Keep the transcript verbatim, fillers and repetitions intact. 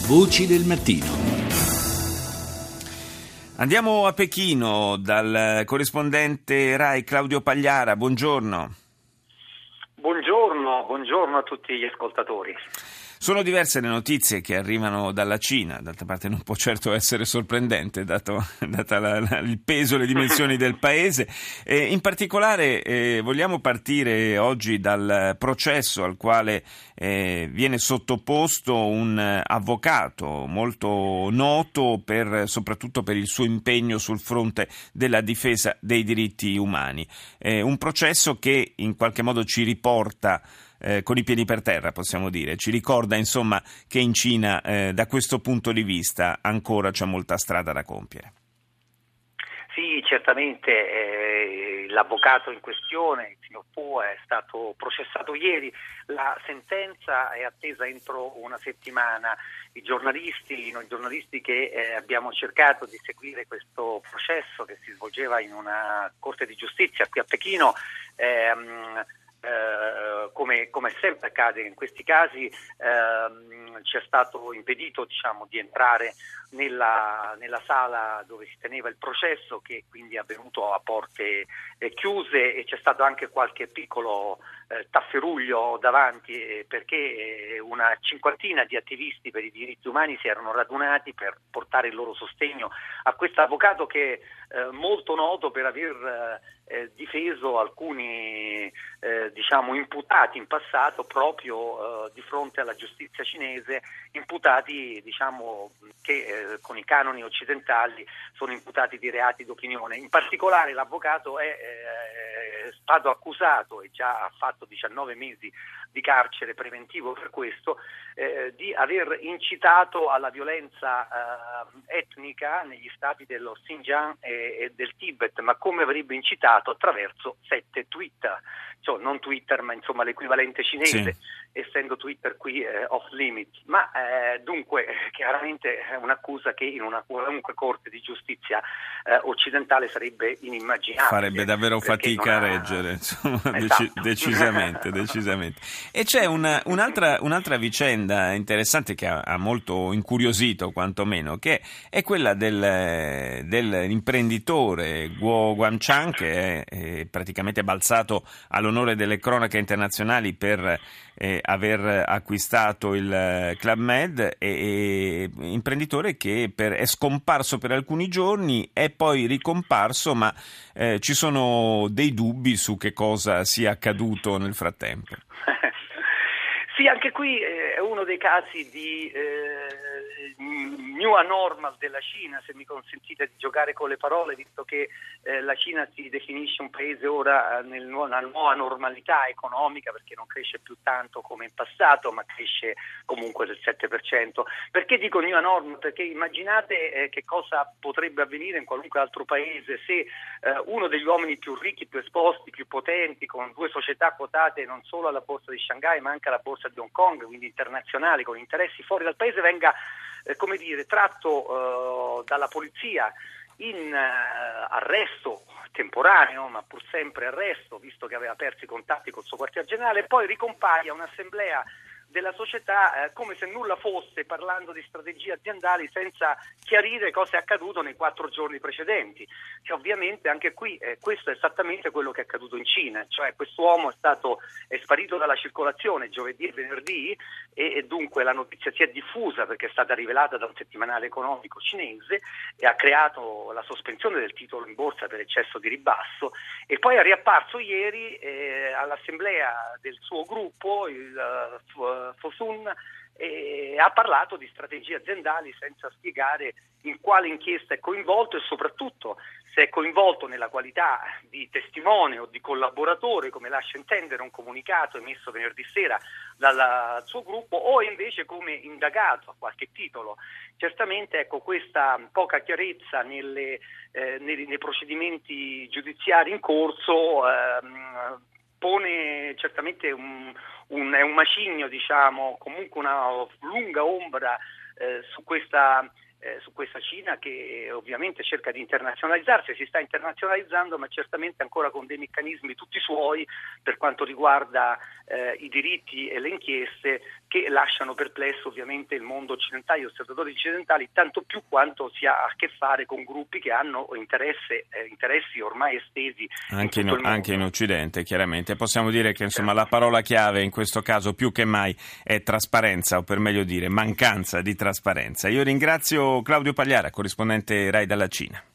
Voci del mattino. Andiamo a Pechino dal corrispondente Rai Claudio Pagliara. Buongiorno. Buongiorno, buongiorno a tutti gli ascoltatori. Sono diverse le notizie che arrivano dalla Cina, d'altra parte non può certo essere sorprendente dato data la, la, il peso e le dimensioni del paese. E in particolare eh, vogliamo partire oggi dal processo al quale eh, viene sottoposto un avvocato molto noto per, soprattutto per il suo impegno sul fronte della difesa dei diritti umani. Eh, un processo che in qualche modo ci riporta Eh, con i piedi per terra, possiamo dire, ci ricorda insomma che in Cina eh, da questo punto di vista ancora c'è molta strada da compiere. Sì, certamente eh, l'avvocato in questione, il signor Pu, è stato processato ieri, la sentenza è attesa entro una settimana. I giornalisti, noi giornalisti che eh, abbiamo cercato di seguire questo processo che si svolgeva in una corte di giustizia qui a Pechino, ehm, Uh, come, come sempre accade in questi casi, uh, ci è stato impedito diciamo, di entrare nella, nella sala dove si teneva il processo, che quindi è avvenuto a porte eh, chiuse, e c'è stato anche qualche piccolo eh, tafferuglio davanti eh, perché eh, una cinquantina di attivisti per i diritti umani si erano radunati per portare il loro sostegno a questo avvocato che è eh, molto noto per aver eh, difeso alcuni eh, diciamo imputati in passato proprio eh, di fronte alla giustizia cinese, imputati diciamo che eh, con i canoni occidentali sono imputati di reati d'opinione. In particolare l'avvocato è eh, stato accusato e già ha fatto diciannove mesi di carcere preventivo per questo, eh, di aver incitato alla violenza eh, etnica negli stati dello Xinjiang e, e del Tibet, ma come avrebbe incitato? Attraverso sette Twitter, cioè non Twitter ma insomma l'equivalente cinese, sì. Essendo Twitter qui eh, off limit, ma eh, dunque chiaramente è un'accusa che in una qualunque corte di giustizia eh, occidentale sarebbe inimmaginabile. Farebbe davvero fatica ha... a reggere, insomma, esatto. deci- decisamente, decisamente. E c'è una, un'altra, un'altra vicenda interessante che ha, ha molto incuriosito quantomeno, che è quella del, dell'imprenditore Guo Guangchang, che è, è praticamente balzato all'onore delle cronache internazionali per eh, aver acquistato il Club Med, e, e imprenditore che per, è scomparso per alcuni giorni, è poi ricomparso, ma eh, ci sono dei dubbi su che cosa sia accaduto nel frattempo. Sì, anche qui eh, è uno dei casi di eh, new normal della Cina, se mi consentite di giocare con le parole, visto che eh, la Cina si definisce un paese ora nel, nella nuova normalità economica, perché non cresce più tanto come in passato, ma cresce comunque del sette per cento. Perché dico new normal? Perché immaginate eh, che cosa potrebbe avvenire in qualunque altro paese se eh, uno degli uomini più ricchi, più esposti, più potenti, con due società quotate non solo alla borsa di Shanghai ma anche alla borsa di Hong Kong, quindi internazionali, con interessi fuori dal paese, venga eh, come dire tratto eh, dalla polizia in eh, arresto temporaneo, ma pur sempre arresto, visto che aveva perso i contatti col suo quartier generale, e poi ricompaia un'assemblea della società eh, come se nulla fosse, parlando di strategie aziendali senza chiarire cosa è accaduto nei quattro giorni precedenti. Cioè, ovviamente anche qui eh, questo è esattamente quello che è accaduto in Cina, cioè quest'uomo è stato è sparito dalla circolazione giovedì e venerdì e, e dunque la notizia si è diffusa perché è stata rivelata da un settimanale economico cinese e ha creato la sospensione del titolo in borsa per eccesso di ribasso, e poi è riapparso ieri eh, all'assemblea del suo gruppo, il uh, Fosun, e ha parlato di strategie aziendali senza spiegare in quale inchiesta è coinvolto e soprattutto se è coinvolto nella qualità di testimone o di collaboratore, come lascia intendere un comunicato emesso venerdì sera dal suo gruppo, o invece come indagato a qualche titolo. Certamente ecco, questa poca chiarezza nelle, eh, nei, nei procedimenti giudiziari in corso ehm, pone certamente un, un, è un macigno, diciamo, comunque una lunga ombra eh, su questa eh, su questa Cina che ovviamente cerca di internazionalizzarsi, si sta internazionalizzando, ma certamente ancora con dei meccanismi tutti suoi per quanto riguarda eh, i diritti e le inchieste, che lasciano perplesso ovviamente il mondo occidentale, gli osservatori occidentali, tanto più quanto si ha a che fare con gruppi che hanno interesse, eh, interessi ormai estesi anche in, in, anche in Occidente, chiaramente. Possiamo dire che insomma la parola chiave in questo caso più che mai è trasparenza, o per meglio dire mancanza di trasparenza. Io ringrazio Claudio Pagliara, corrispondente Rai dalla Cina.